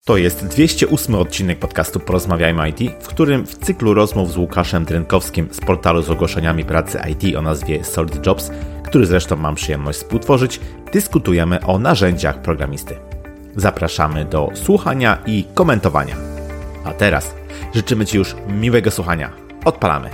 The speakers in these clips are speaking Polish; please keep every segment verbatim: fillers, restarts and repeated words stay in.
To jest dwieście ósmy odcinek podcastu Porozmawiajmy I T, w którym w cyklu rozmów z Łukaszem Drynkowskim z portalu z ogłoszeniami pracy I T o nazwie Solid Jobs, który zresztą mam przyjemność współtworzyć, dyskutujemy o narzędziach programisty. Zapraszamy do słuchania i komentowania. A teraz życzymy Ci już miłego słuchania. Odpalamy.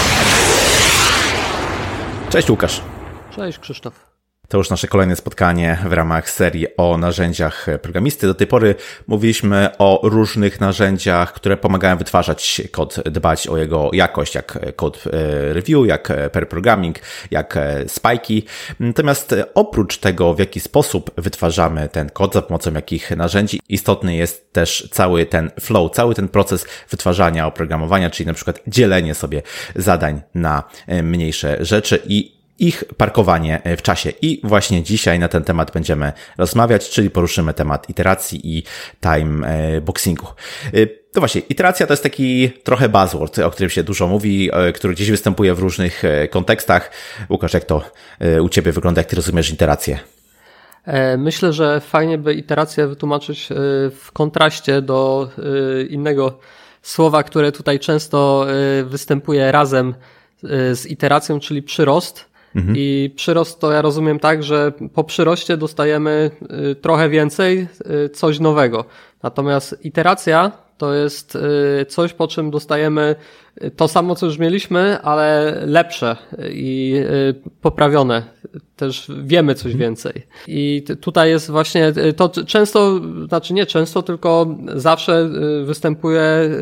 Cześć Łukasz. Cześć Krzysztof. To już nasze kolejne spotkanie w ramach serii o narzędziach programisty. Do tej pory mówiliśmy o różnych narzędziach, które pomagają wytwarzać kod, dbać o jego jakość, jak code review, jak pair programming, jak spajki. Natomiast oprócz tego, w jaki sposób wytwarzamy ten kod, za pomocą jakich narzędzi, istotny jest też cały ten flow, cały ten proces wytwarzania oprogramowania, czyli na przykład dzielenie sobie zadań na mniejsze rzeczy i ich parkowanie w czasie. I właśnie dzisiaj na ten temat będziemy rozmawiać, czyli poruszymy temat iteracji i timeboxingu. To właśnie, iteracja to jest taki trochę buzzword, o którym się dużo mówi, który gdzieś występuje w różnych kontekstach. Łukasz, jak to u Ciebie wygląda, jak Ty rozumiesz iterację? Myślę, że fajnie by iterację wytłumaczyć w kontraście do innego słowa, które tutaj często występuje razem z iteracją, czyli przyrost. Mhm. I przyrost to ja rozumiem tak, że po przyroście dostajemy trochę więcej, coś nowego. Natomiast iteracja to jest coś, po czym dostajemy to samo, co już mieliśmy, ale lepsze i poprawione. Też wiemy coś więcej. I tutaj jest właśnie to często, znaczy nie często, tylko zawsze występuje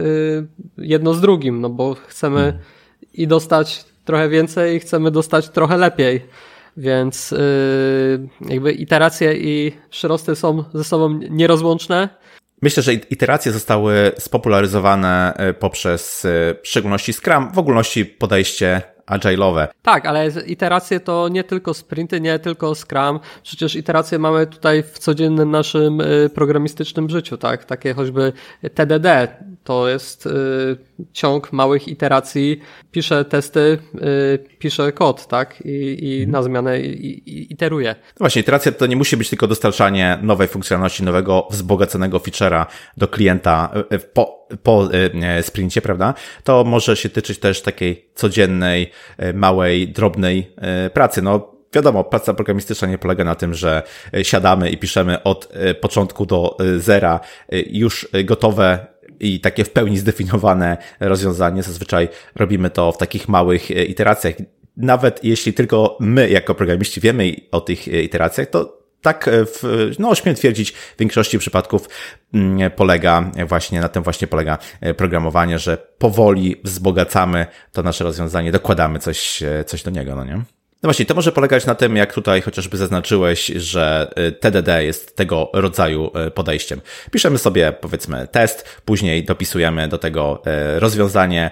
jedno z drugim, no bo chcemy mhm. i dostać trochę więcej i chcemy dostać trochę lepiej. Więc yy, jakby iteracje i przyrosty są ze sobą nierozłączne. Myślę, że iteracje zostały spopularyzowane poprzez w szczególności Scrum, w ogólności podejście agile'owe. Tak, ale iteracje to nie tylko sprinty, nie tylko Scrum. Przecież iteracje mamy tutaj w codziennym naszym programistycznym życiu, tak? Takie choćby T D D to jest y, ciąg małych iteracji. Piszę testy, y, piszę kod, tak? I, i hmm. na zmianę i, i, iteruje. No właśnie, iteracja to nie musi być tylko dostarczanie nowej funkcjonalności, nowego wzbogaconego feature'a do klienta po po sprincie, prawda? To może się tyczyć też takiej codziennej, małej, drobnej pracy. No wiadomo, praca programistyczna nie polega na tym, że siadamy i piszemy od początku do zera już gotowe i takie w pełni zdefiniowane rozwiązanie. Zazwyczaj robimy to w takich małych iteracjach. Nawet jeśli tylko my jako programiści wiemy o tych iteracjach, to tak, w, no śmiem twierdzić, w większości przypadków polega właśnie, na tym właśnie polega programowanie, że powoli wzbogacamy to nasze rozwiązanie, dokładamy coś, coś do niego, no nie? No właśnie, to może polegać na tym, jak tutaj chociażby zaznaczyłeś, że T D D jest tego rodzaju podejściem. Piszemy sobie, powiedzmy, test, później dopisujemy do tego rozwiązanie,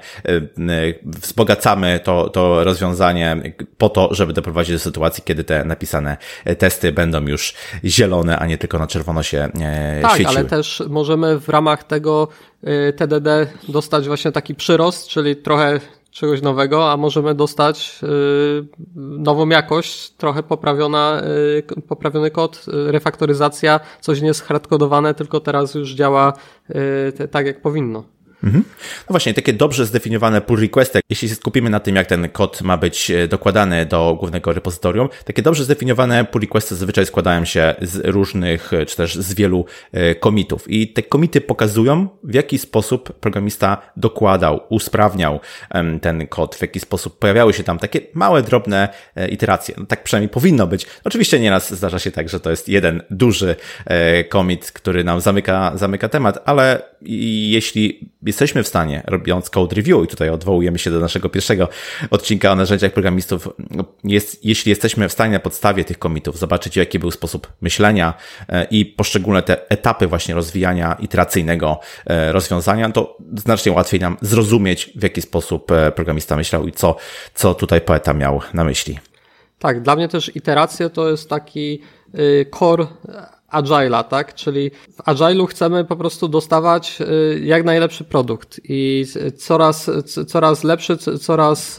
wzbogacamy to, to rozwiązanie po to, żeby doprowadzić do sytuacji, kiedy te napisane testy będą już zielone, a nie tylko na czerwono się tak, świeciły. Tak, ale też możemy w ramach tego T D D dostać właśnie taki przyrost, czyli trochę czegoś nowego, a możemy dostać y, nową jakość, trochę poprawiona, y, poprawiony kod, y, refaktoryzacja, coś nie jest hardkodowane, tylko teraz już działa y, te, tak, jak powinno. Mhm. No właśnie, takie dobrze zdefiniowane pull requesty, jeśli się skupimy na tym, jak ten kod ma być dokładany do głównego repozytorium, takie dobrze zdefiniowane pull requesty zazwyczaj składają się z różnych, czy też z wielu commitów i te commity pokazują, w jaki sposób programista dokładał, usprawniał ten kod, w jaki sposób pojawiały się tam takie małe, drobne iteracje. No, tak przynajmniej powinno być. Oczywiście nieraz zdarza się tak, że to jest jeden duży commit, który nam zamyka, zamyka temat, ale jeśli jesteśmy w stanie, robiąc code review, i tutaj odwołujemy się do naszego pierwszego odcinka o narzędziach programistów, jest, jeśli jesteśmy w stanie na podstawie tych commitów zobaczyć, jaki był sposób myślenia i poszczególne te etapy właśnie rozwijania iteracyjnego rozwiązania, to znacznie łatwiej nam zrozumieć, w jaki sposób programista myślał i co, co tutaj poeta miał na myśli. Tak, dla mnie też iteracje to jest taki core Agile'a, tak? Czyli w Agile'u chcemy po prostu dostawać jak najlepszy produkt i coraz, coraz lepszy, coraz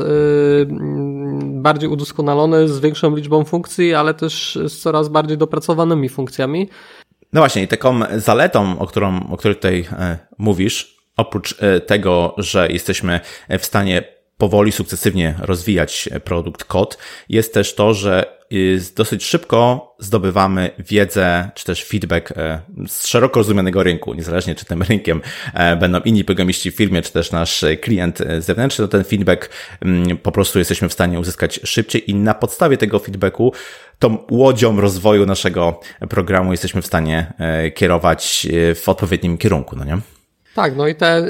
bardziej udoskonalony, z większą liczbą funkcji, ale też z coraz bardziej dopracowanymi funkcjami. No właśnie, i taką zaletą, o, którą, o której tutaj e, mówisz, oprócz e, tego, że jesteśmy w stanie powoli, sukcesywnie rozwijać produkt, kod, jest też to, że dosyć szybko zdobywamy wiedzę, czy też feedback z szeroko rozumianego rynku, niezależnie czy tym rynkiem będą inni programiści w firmie, czy też nasz klient zewnętrzny, to ten feedback po prostu jesteśmy w stanie uzyskać szybciej i na podstawie tego feedbacku tą łodzią rozwoju naszego programu jesteśmy w stanie kierować w odpowiednim kierunku, no nie? Tak, no i te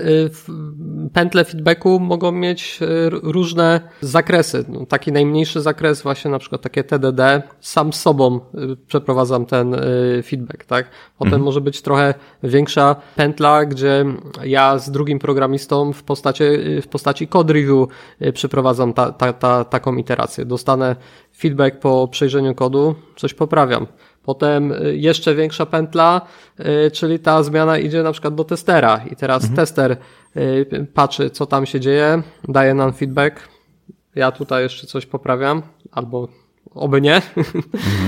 pętle feedbacku mogą mieć różne zakresy. No, taki najmniejszy zakres, właśnie na przykład takie T D D, sam z sobą przeprowadzam ten feedback, tak? Potem mhm. może być trochę większa pętla, gdzie ja z drugim programistą w postaci, w postaci code review przeprowadzam ta, ta, ta, taką iterację. Dostanę feedback po przejrzeniu kodu, coś poprawiam. Potem jeszcze większa pętla, czyli ta zmiana idzie na przykład do testera i teraz mhm. tester patrzy, co tam się dzieje, daje nam feedback, ja tutaj jeszcze coś poprawiam, albo oby nie. Mhm.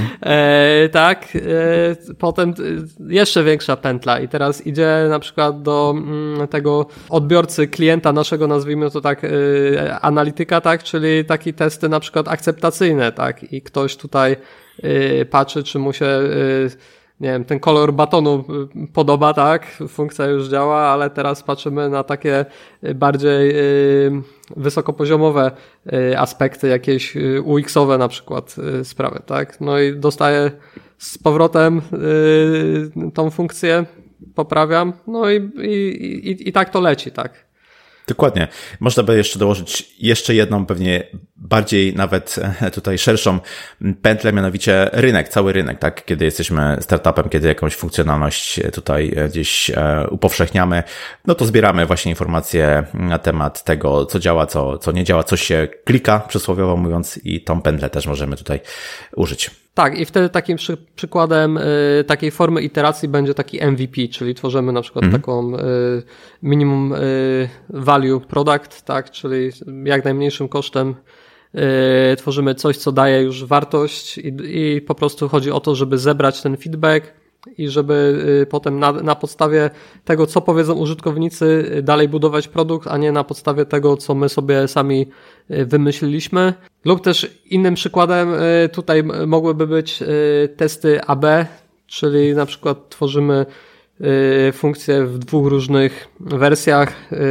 e, tak, e, potem jeszcze większa pętla i teraz idzie na przykład do mm, tego odbiorcy klienta naszego, nazwijmy to tak, e, analityka, tak, czyli takie testy na przykład akceptacyjne, tak, i ktoś tutaj e, patrzy, czy mu się e, nie wiem, ten kolor batonu podoba, tak, funkcja już działa, ale teraz patrzymy na takie bardziej yy, wysokopoziomowe yy, aspekty, jakieś yy, U X-owe na przykład yy, sprawy, tak, no i dostaję z powrotem yy, tą funkcję, poprawiam, no i, i, i, i tak to leci, tak. Dokładnie. Można by jeszcze dołożyć jeszcze jedną, pewnie bardziej nawet tutaj szerszą pętlę, mianowicie rynek, cały rynek, tak? Kiedy jesteśmy startupem, kiedy jakąś funkcjonalność tutaj gdzieś upowszechniamy, no to zbieramy właśnie informacje na temat tego, co działa, co, co nie działa, co się klika, przysłowiowo mówiąc, i tą pętlę też możemy tutaj użyć. Tak, i wtedy takim przy, przykładem y, takiej formy iteracji będzie taki M V P, czyli tworzymy na przykład mm. taką y, minimum y, value product, tak, czyli jak najmniejszym kosztem y, tworzymy coś, co daje już wartość i, i po prostu chodzi o to, żeby zebrać ten feedback i żeby y, potem na, na podstawie tego, co powiedzą użytkownicy, y, dalej budować produkt, a nie na podstawie tego, co my sobie sami y, wymyśliliśmy. Lub też innym przykładem y, tutaj mogłyby być y, testy A B, czyli na przykład tworzymy y, funkcje w dwóch różnych wersjach, y,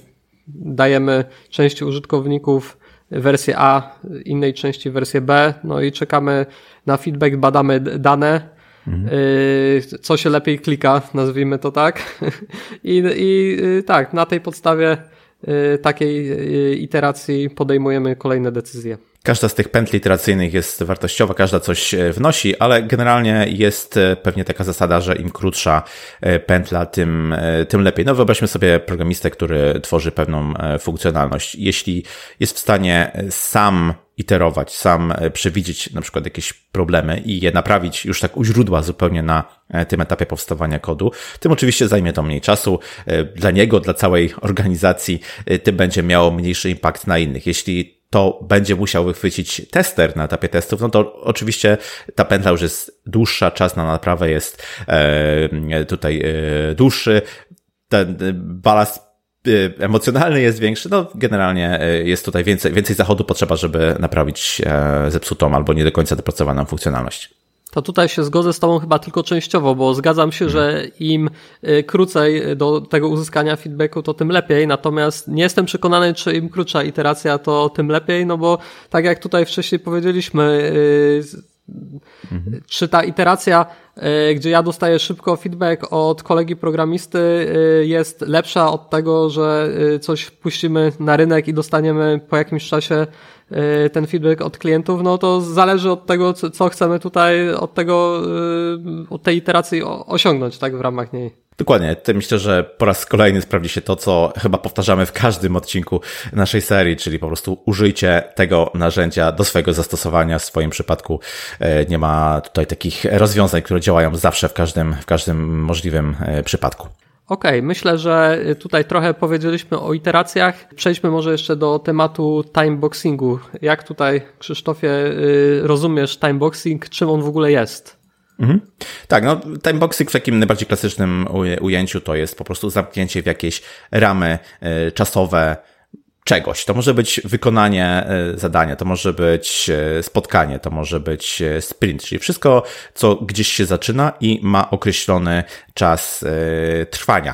dajemy części użytkowników wersję A, innej części wersję B, no i czekamy na feedback, badamy dane, Mhm. co się lepiej klika, nazwijmy to tak. I, i tak, na tej podstawie takiej iteracji podejmujemy kolejne decyzje. Każda z tych pętli iteracyjnych jest wartościowa, każda coś wnosi, ale generalnie jest pewnie taka zasada, że im krótsza pętla, tym, tym lepiej. No wyobraźmy sobie programistę, który tworzy pewną funkcjonalność. Jeśli jest w stanie sam iterować, sam przewidzieć na przykład jakieś problemy i je naprawić już tak u źródła zupełnie na tym etapie powstawania kodu, tym oczywiście zajmie to mniej czasu. Dla niego, dla całej organizacji, tym będzie miało mniejszy impact na innych. Jeśli to będzie musiał wychwycić tester na etapie testów, no to oczywiście ta pętla już jest dłuższa, czas na naprawę jest e, tutaj e, dłuższy, ten balast emocjonalny jest większy, no generalnie jest tutaj więcej, więcej zachodu potrzeba, żeby naprawić e, zepsutą albo nie do końca dopracowaną funkcjonalność. To tutaj się zgodzę z tobą chyba tylko częściowo, bo zgadzam się, że im krócej do tego uzyskania feedbacku, to tym lepiej, natomiast nie jestem przekonany, czy im krótsza iteracja, to tym lepiej, no bo tak jak tutaj wcześniej powiedzieliśmy, mhm. czy ta iteracja, gdzie ja dostaję szybko feedback od kolegi programisty, jest lepsza od tego, że coś puścimy na rynek i dostaniemy po jakimś czasie ten feedback od klientów, no to zależy od tego, co chcemy tutaj od tego, od tej iteracji osiągnąć, tak, w ramach niej. Dokładnie. Myślę, że po raz kolejny sprawdzi się to, co chyba powtarzamy w każdym odcinku naszej serii, czyli po prostu użyjcie tego narzędzia do swojego zastosowania. W swoim przypadku nie ma tutaj takich rozwiązań, które działają zawsze w każdym, w każdym możliwym przypadku. Okej, okay, myślę, że tutaj trochę powiedzieliśmy o iteracjach. Przejdźmy może jeszcze do tematu timeboxingu. Jak tutaj, Krzysztofie, rozumiesz timeboxing? Czym on w ogóle jest? Mhm. Tak, no timeboxing w takim najbardziej klasycznym ujęciu to jest po prostu zamknięcie w jakieś ramy y, czasowe czegoś. To może być wykonanie y, zadania, to może być y, spotkanie, to może być y, sprint, czyli wszystko, co gdzieś się zaczyna i ma określony czas y, trwania.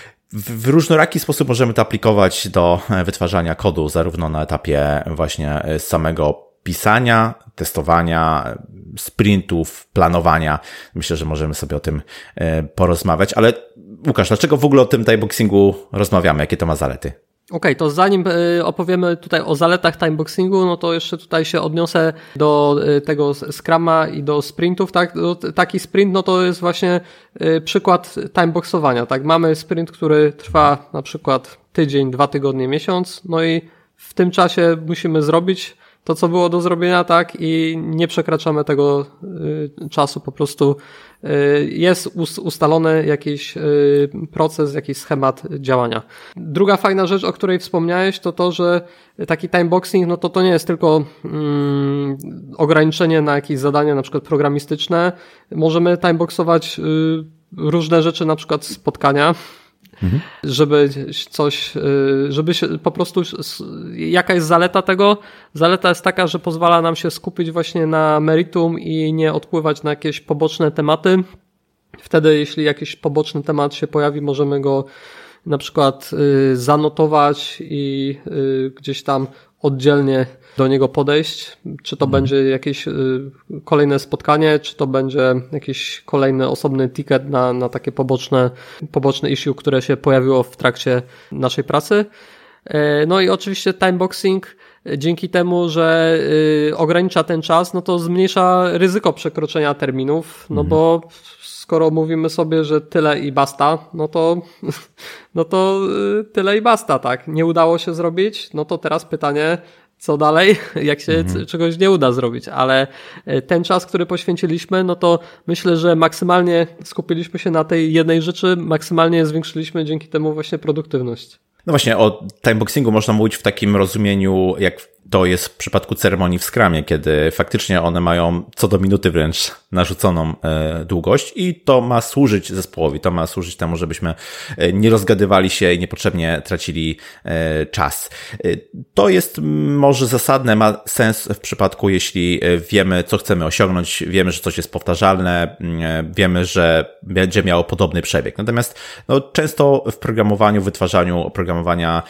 W różnoraki sposób możemy to aplikować do wytwarzania kodu, zarówno na etapie właśnie samego pisania, testowania, sprintów, planowania. Myślę, że możemy sobie o tym porozmawiać, ale Łukasz, dlaczego w ogóle o tym timeboxingu rozmawiamy? Jakie to ma zalety? Okej, okay, to zanim opowiemy tutaj o zaletach timeboxingu, no to jeszcze tutaj się odniosę do tego Scruma i do sprintów, tak? Taki sprint, no to jest właśnie przykład timeboxowania, tak? Mamy sprint, który trwa na przykład tydzień, dwa tygodnie, miesiąc, no i w tym czasie musimy zrobić to, co było do zrobienia, tak? I nie przekraczamy tego y, czasu, po prostu y, jest us, ustalony jakiś y, proces, jakiś schemat działania. Druga fajna rzecz, o której wspomniałeś, to to, że taki timeboxing, no to to nie jest tylko mm, ograniczenie na jakieś zadania, na przykład programistyczne. Możemy timeboxować y, różne rzeczy, na przykład spotkania. Mhm. Żeby coś, żeby się po prostu, jaka jest zaleta tego? Zaleta jest taka, że pozwala nam się skupić właśnie na meritum i nie odpływać na jakieś poboczne tematy. Wtedy, jeśli jakiś poboczny temat się pojawi, możemy go na przykład zanotować i gdzieś tam oddzielnie do niego podejść, czy to mhm. będzie jakieś y, kolejne spotkanie, czy to będzie jakiś kolejny osobny ticket na, na takie poboczne, poboczne issue, które się pojawiło w trakcie naszej pracy. E, no i oczywiście timeboxing dzięki temu, że y, ogranicza ten czas, no to zmniejsza ryzyko przekroczenia terminów, no mhm. bo skoro mówimy sobie, że tyle i basta, no to, no to y, tyle i basta, tak. Nie udało się zrobić, no to teraz pytanie, co dalej, jak się mhm. czegoś nie uda zrobić, ale ten czas, który poświęciliśmy, no to myślę, że maksymalnie skupiliśmy się na tej jednej rzeczy, maksymalnie zwiększyliśmy dzięki temu właśnie produktywność. No właśnie, o timeboxingu można mówić w takim rozumieniu, jak to jest w przypadku ceremonii w Scrumie, kiedy faktycznie one mają co do minuty wręcz narzuconą e, długość i to ma służyć zespołowi, to ma służyć temu, żebyśmy nie rozgadywali się i niepotrzebnie tracili e, czas. E, to jest może zasadne, ma sens w przypadku, jeśli wiemy, co chcemy osiągnąć, wiemy, że coś jest powtarzalne, e, wiemy, że będzie miało podobny przebieg. Natomiast no, często w programowaniu, w wytwarzaniu oprogramowania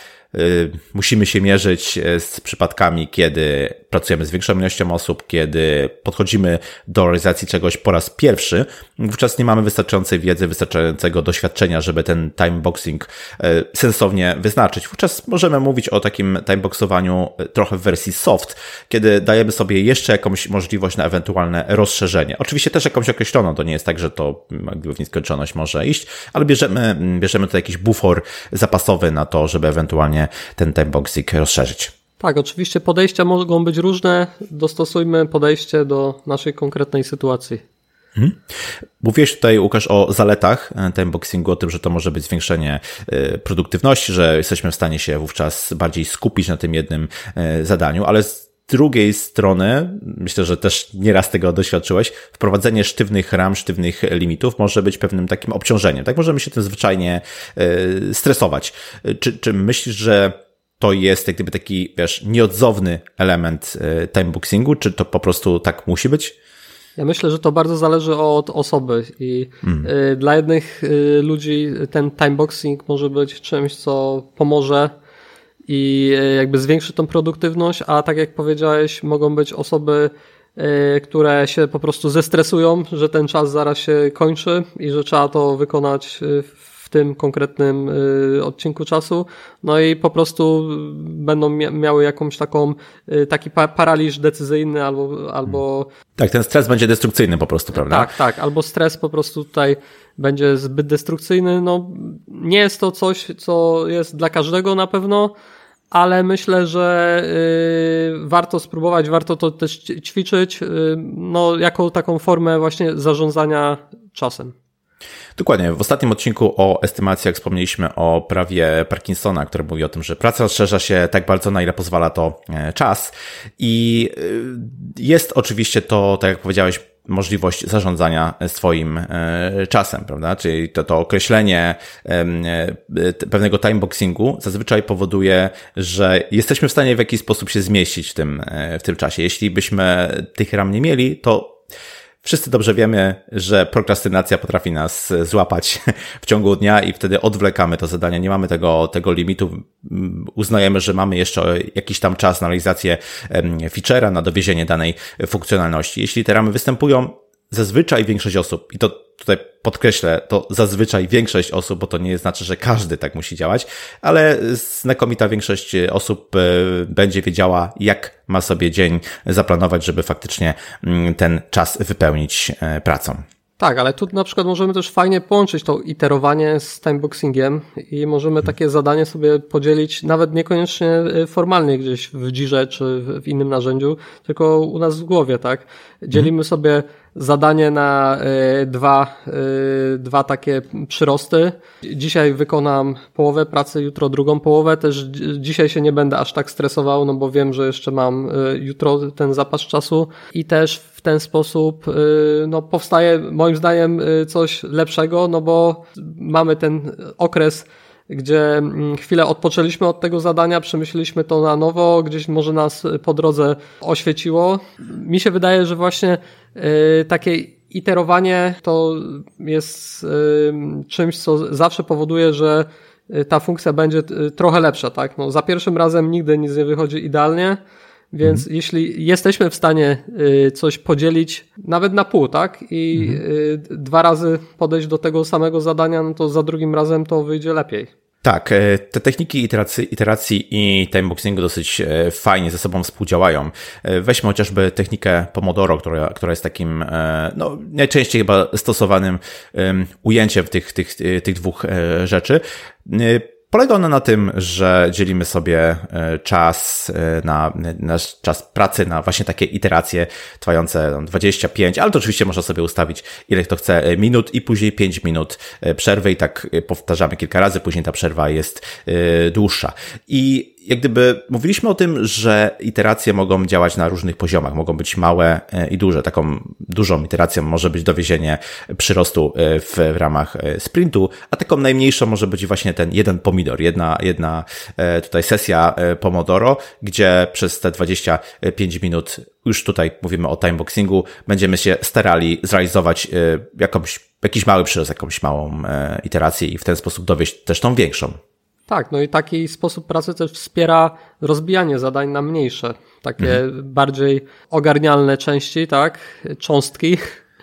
musimy się mierzyć z przypadkami, kiedy pracujemy z większą ilością osób, kiedy podchodzimy do realizacji czegoś po raz pierwszy, wówczas nie mamy wystarczającej wiedzy, wystarczającego doświadczenia, żeby ten timeboxing sensownie wyznaczyć. Wówczas możemy mówić o takim timeboxowaniu trochę w wersji soft, kiedy dajemy sobie jeszcze jakąś możliwość na ewentualne rozszerzenie. Oczywiście też jakąś określoną, to nie jest tak, że to w nieskończoność może iść, ale bierzemy, bierzemy tu jakiś bufor zapasowy na to, żeby ewentualnie ten timeboxing rozszerzyć. Tak, oczywiście podejścia mogą być różne, dostosujmy podejście do naszej konkretnej sytuacji. Hmm. Mówiłeś tutaj, Łukasz, o zaletach timeboxingu, o tym, że to może być zwiększenie produktywności, że jesteśmy w stanie się wówczas bardziej skupić na tym jednym zadaniu, ale z drugiej strony, myślę, że też nieraz tego doświadczyłeś, wprowadzenie sztywnych ram, sztywnych limitów może być pewnym takim obciążeniem. Tak możemy się tym zwyczajnie stresować. Czy, czy myślisz, że to jest jak gdyby taki, wiesz, nieodzowny element timeboxingu, czy to po prostu tak musi być? Ja myślę, że to bardzo zależy od osoby i mm. y, dla jednych y, ludzi ten timeboxing może być czymś, co pomoże i y, jakby zwiększy tą produktywność, a tak jak powiedziałeś, mogą być osoby, y, które się po prostu zestresują, że ten czas zaraz się kończy i że trzeba to wykonać y, w tym konkretnym y, odcinku czasu, no i po prostu będą mia- miały jakąś taką, y, taki pa- paraliż decyzyjny albo, albo... Tak, ten stres będzie destrukcyjny po prostu, prawda? Tak, tak, albo stres po prostu tutaj będzie zbyt destrukcyjny, no nie jest to coś, co jest dla każdego na pewno, ale myślę, że y, warto spróbować, warto to też ćwiczyć, y, no jako taką formę właśnie zarządzania czasem. Dokładnie. W ostatnim odcinku o estymacjach wspomnieliśmy o prawie Parkinsona, który mówi o tym, że praca rozszerza się tak bardzo, na ile pozwala to czas. I jest oczywiście to, tak jak powiedziałeś, możliwość zarządzania swoim czasem, prawda? Czyli to, to określenie pewnego timeboxingu zazwyczaj powoduje, że jesteśmy w stanie w jakiś sposób się zmieścić w tym, w tym czasie. Jeśli byśmy tych ram nie mieli, to wszyscy dobrze wiemy, że prokrastynacja potrafi nas złapać w ciągu dnia i wtedy odwlekamy to zadanie, nie mamy tego, tego limitu, uznajemy, że mamy jeszcze jakiś tam czas na realizację feature'a, na dowiezienie danej funkcjonalności. Jeśli te ramy występują, zazwyczaj większość osób, i to tutaj podkreślę, to zazwyczaj większość osób, bo to nie znaczy, że każdy tak musi działać, ale znakomita większość osób będzie wiedziała, jak ma sobie dzień zaplanować, żeby faktycznie ten czas wypełnić pracą. Tak, ale tu na przykład możemy też fajnie połączyć to iterowanie z timeboxingiem i możemy takie zadanie sobie podzielić nawet niekoniecznie formalnie gdzieś w Jirze czy w innym narzędziu, tylko u nas w głowie, tak? Dzielimy sobie zadanie na y, dwa, y, dwa takie przyrosty. Dzisiaj wykonam połowę pracy, jutro drugą połowę. Też dzisiaj się nie będę aż tak stresował, no bo wiem, że jeszcze mam y, jutro ten zapas czasu i też w ten sposób y, no powstaje moim zdaniem y, coś lepszego, no bo mamy ten okres, gdzie chwilę odpoczęliśmy od tego zadania, przemyśleliśmy to na nowo, gdzieś może nas po drodze oświeciło. Mi się wydaje, że właśnie y, takie iterowanie to jest y, czymś, co zawsze powoduje, że ta funkcja będzie trochę lepsza, tak? No, za pierwszym razem nigdy nic nie wychodzi idealnie, więc mhm. jeśli jesteśmy w stanie y, coś podzielić nawet na pół, tak? I mhm. y, dwa razy podejść do tego samego zadania, no to za drugim razem to wyjdzie lepiej. Tak, te techniki iteracji, iteracji i timeboxingu dosyć fajnie ze sobą współdziałają. Weźmy chociażby technikę Pomodoro, która, która jest takim, no, najczęściej chyba stosowanym ujęciem tych, tych, tych dwóch rzeczy. Polega ona na tym, że dzielimy sobie czas na, na czas pracy na właśnie takie iteracje trwające dwadzieścia pięć, ale to oczywiście można sobie ustawić ile kto chce minut i później pięć minut przerwy i tak powtarzamy kilka razy, później ta przerwa jest dłuższa. I jak gdyby mówiliśmy o tym, że iteracje mogą działać na różnych poziomach, mogą być małe i duże. Taką dużą iteracją może być dowiezienie przyrostu w ramach sprintu, a taką najmniejszą może być właśnie ten jeden pomidor, jedna, jedna tutaj sesja Pomodoro, gdzie przez te dwadzieścia pięć minut, już tutaj mówimy o timeboxingu, będziemy się starali zrealizować jakąś, jakiś mały przyrost, jakąś małą iterację i w ten sposób dowieść też tą większą. Tak, no i taki sposób pracy też wspiera rozbijanie zadań na mniejsze, takie mhm. bardziej ogarnialne części, tak, cząstki,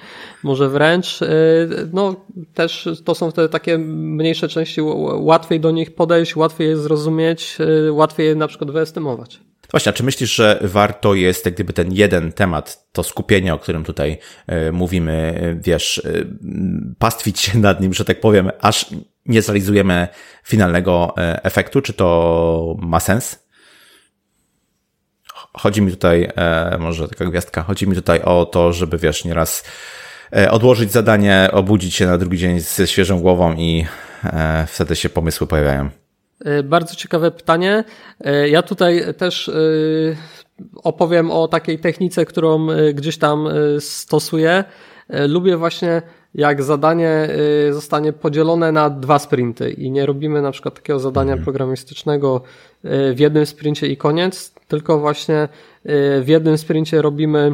może wręcz, no też to są wtedy takie mniejsze części, łatwiej do nich podejść, łatwiej je zrozumieć, łatwiej je na przykład wyestymować. Właśnie, a czy myślisz, że warto jest jak gdyby ten jeden temat, to skupienie, o którym tutaj y, mówimy, y, wiesz, y, pastwić się nad nim, że tak powiem, aż nie zrealizujemy finalnego y, efektu? Czy to ma sens? Chodzi mi tutaj, e, może taka gwiazdka, chodzi mi tutaj o to, żeby wiesz, nieraz e, odłożyć zadanie, obudzić się na drugi dzień ze świeżą głową i e, wtedy się pomysły pojawiają. Bardzo ciekawe pytanie. Ja tutaj też opowiem o takiej technice, którą gdzieś tam stosuję. Lubię właśnie, jak zadanie zostanie podzielone na dwa sprinty i nie robimy na przykład takiego zadania mhm. programistycznego w jednym sprincie i koniec, tylko właśnie w jednym sprincie robimy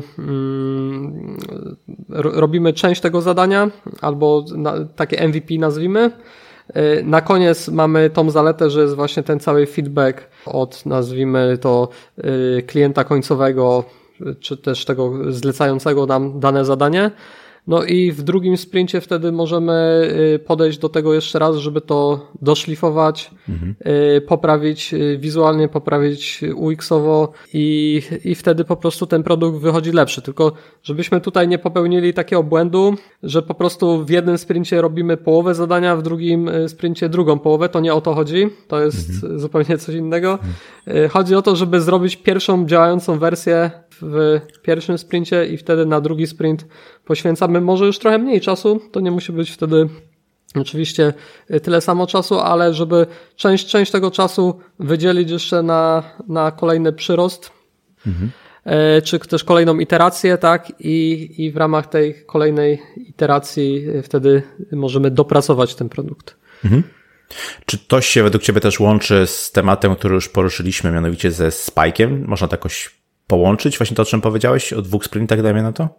robimy część tego zadania albo takie M V P nazwijmy. Na koniec mamy tą zaletę, że jest właśnie ten cały feedback od, nazwijmy to, klienta końcowego, czy też tego zlecającego nam dane zadanie. No i w drugim sprincie wtedy możemy podejść do tego jeszcze raz, żeby to doszlifować, mhm. poprawić wizualnie, poprawić U X-owo i, i wtedy po prostu ten produkt wychodzi lepszy. Tylko żebyśmy tutaj nie popełnili takiego błędu, że po prostu w jednym sprincie robimy połowę zadania, w drugim sprincie drugą połowę. To nie o to chodzi. To jest mhm. zupełnie coś innego. Mhm. Chodzi o to, żeby zrobić pierwszą działającą wersję w pierwszym sprincie i wtedy na drugi sprint poświęcamy może już trochę mniej czasu, to nie musi być wtedy oczywiście tyle samo czasu, ale żeby część, część tego czasu wydzielić jeszcze na, na kolejny przyrost. Mhm. czy też kolejną iterację, tak, i, i w ramach tej kolejnej iteracji wtedy możemy dopracować ten produkt. Mhm. Czy to się według Ciebie też łączy z tematem, który już poruszyliśmy, mianowicie ze Spike'iem? Można to jakoś połączyć? Właśnie to, o czym powiedziałeś, o dwóch sprintach, dajmy na to?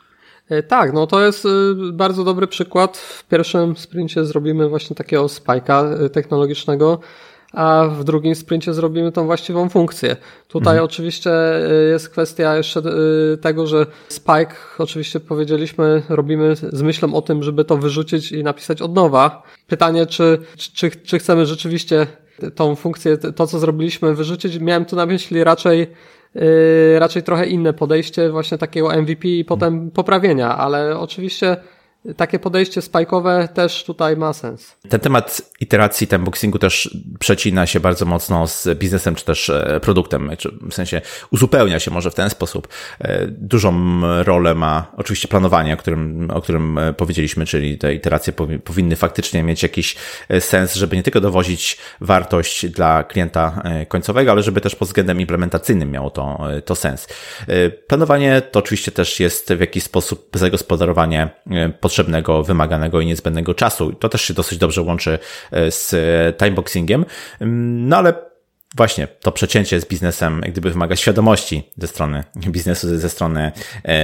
Tak, no to jest bardzo dobry przykład. W pierwszym sprincie zrobimy właśnie takiego spike'a technologicznego, a w drugim sprincie zrobimy tą właściwą funkcję. Tutaj mhm. oczywiście jest kwestia jeszcze tego, że spike, oczywiście powiedzieliśmy, robimy z myślą o tym, żeby to wyrzucić i napisać od nowa. Pytanie, czy, czy, czy chcemy rzeczywiście tą funkcję, to co zrobiliśmy, wyrzucić. Miałem tu na myśli raczej Yy, raczej trochę inne podejście właśnie takiego M V P i potem poprawienia, ale oczywiście takie podejście spike'owe też tutaj ma sens. Ten temat iteracji, timeboxingu też przecina się bardzo mocno z biznesem, czy też produktem, czy w sensie uzupełnia się może w ten sposób. Dużą rolę ma oczywiście planowanie, o którym, o którym powiedzieliśmy, czyli te iteracje powi- powinny faktycznie mieć jakiś sens, żeby nie tylko dowozić wartość dla klienta końcowego, ale żeby też pod względem implementacyjnym miało to, to sens. Planowanie to oczywiście też jest w jakiś sposób zagospodarowanie potrzebnego, wymaganego i niezbędnego czasu. To też się dosyć dobrze łączy z timeboxingiem. No ale właśnie to przecięcie z biznesem jak gdyby wymaga świadomości ze strony biznesu, ze strony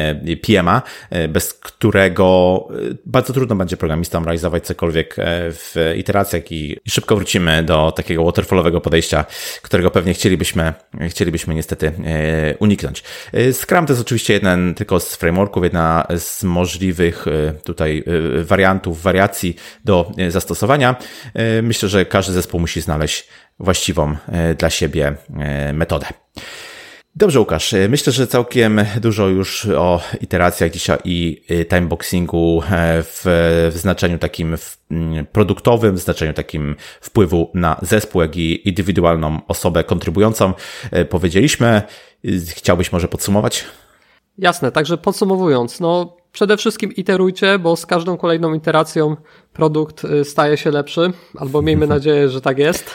P M a, bez którego bardzo trudno będzie programistom realizować cokolwiek w iteracjach i szybko wrócimy do takiego waterfallowego podejścia, którego pewnie chcielibyśmy, chcielibyśmy niestety uniknąć. Scrum to jest oczywiście jeden tylko z frameworków, jedna z możliwych tutaj wariantów, wariacji do zastosowania. Myślę, że każdy zespół musi znaleźć właściwą dla siebie metodę. Dobrze, Łukasz. Myślę, że całkiem dużo już o iteracjach dzisiaj i timeboxingu w, w znaczeniu takim produktowym, w znaczeniu takim wpływu na zespół, jak i indywidualną osobę kontrybującą powiedzieliśmy. Chciałbyś może podsumować? Jasne, także podsumowując, no przede wszystkim iterujcie, bo z każdą kolejną iteracją produkt staje się lepszy, albo miejmy nadzieję, że tak jest.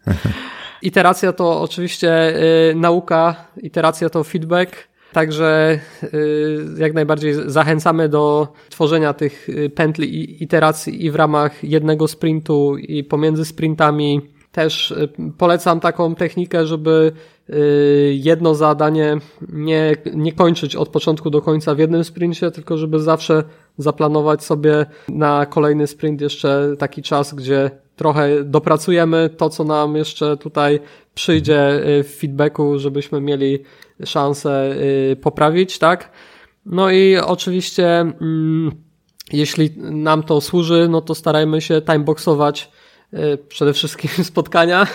Iteracja to oczywiście y, nauka, iteracja to feedback, także y, jak najbardziej zachęcamy do tworzenia tych pętli i iteracji i w ramach jednego sprintu i pomiędzy sprintami. Też y, polecam taką technikę, żeby y, jedno zadanie nie, nie kończyć od początku do końca w jednym sprincie, tylko żeby zawsze zaplanować sobie na kolejny sprint jeszcze taki czas, gdzie trochę dopracujemy to, co nam jeszcze tutaj przyjdzie w feedbacku, żebyśmy mieli szansę poprawić, tak? No i oczywiście, mm, jeśli nam to służy, no to starajmy się timeboxować przede wszystkim spotkania,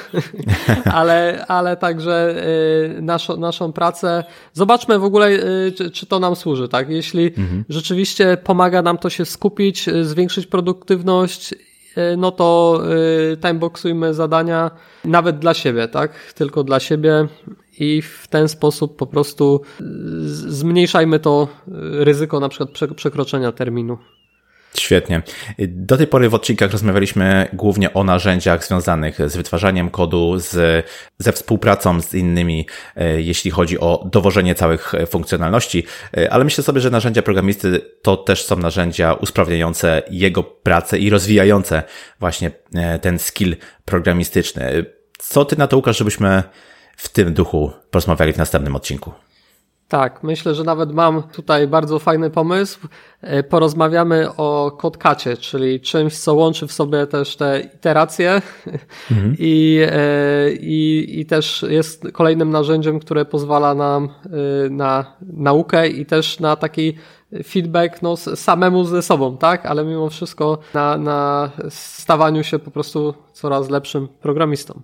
ale, ale także naszą, naszą pracę. Zobaczmy w ogóle, czy, czy to nam służy, tak? Jeśli mhm. rzeczywiście pomaga nam to się skupić, zwiększyć produktywność, no to timeboxujmy zadania nawet dla siebie, tak? Tylko dla siebie i w ten sposób po prostu zmniejszajmy to ryzyko na przykład przekroczenia terminu. Świetnie. Do tej pory w odcinkach rozmawialiśmy głównie o narzędziach związanych z wytwarzaniem kodu, z, ze współpracą z innymi, jeśli chodzi o dowożenie całych funkcjonalności, ale myślę sobie, że narzędzia programisty to też są narzędzia usprawniające jego pracę i rozwijające właśnie ten skill programistyczny. Co ty na to, Łukasz, żebyśmy w tym duchu porozmawiali w następnym odcinku? Tak, myślę, że nawet mam tutaj bardzo fajny pomysł. Porozmawiamy o CodeCucie, czyli czymś, co łączy w sobie też te iteracje mhm. I, i, i też jest kolejnym narzędziem, które pozwala nam na naukę i też na taki feedback no, samemu ze sobą, tak? Ale mimo wszystko na, na stawaniu się po prostu coraz lepszym programistą.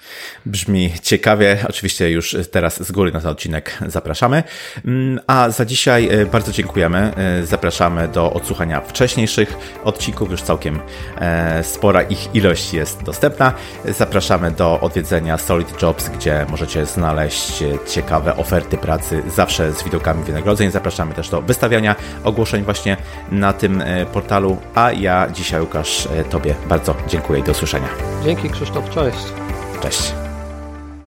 Brzmi ciekawie, oczywiście już teraz z góry na ten odcinek zapraszamy, a za dzisiaj bardzo dziękujemy, zapraszamy do odsłuchania wcześniejszych odcinków, już całkiem spora ich ilość jest dostępna, zapraszamy do odwiedzenia Solid Jobs, gdzie możecie znaleźć ciekawe oferty pracy, zawsze z widełkami wynagrodzeń, zapraszamy też do wystawiania ogłoszeń właśnie na tym portalu, a ja dzisiaj, Łukasz, Tobie bardzo dziękuję i do usłyszenia. Dzięki, Krzysztof, cześć. Cześć.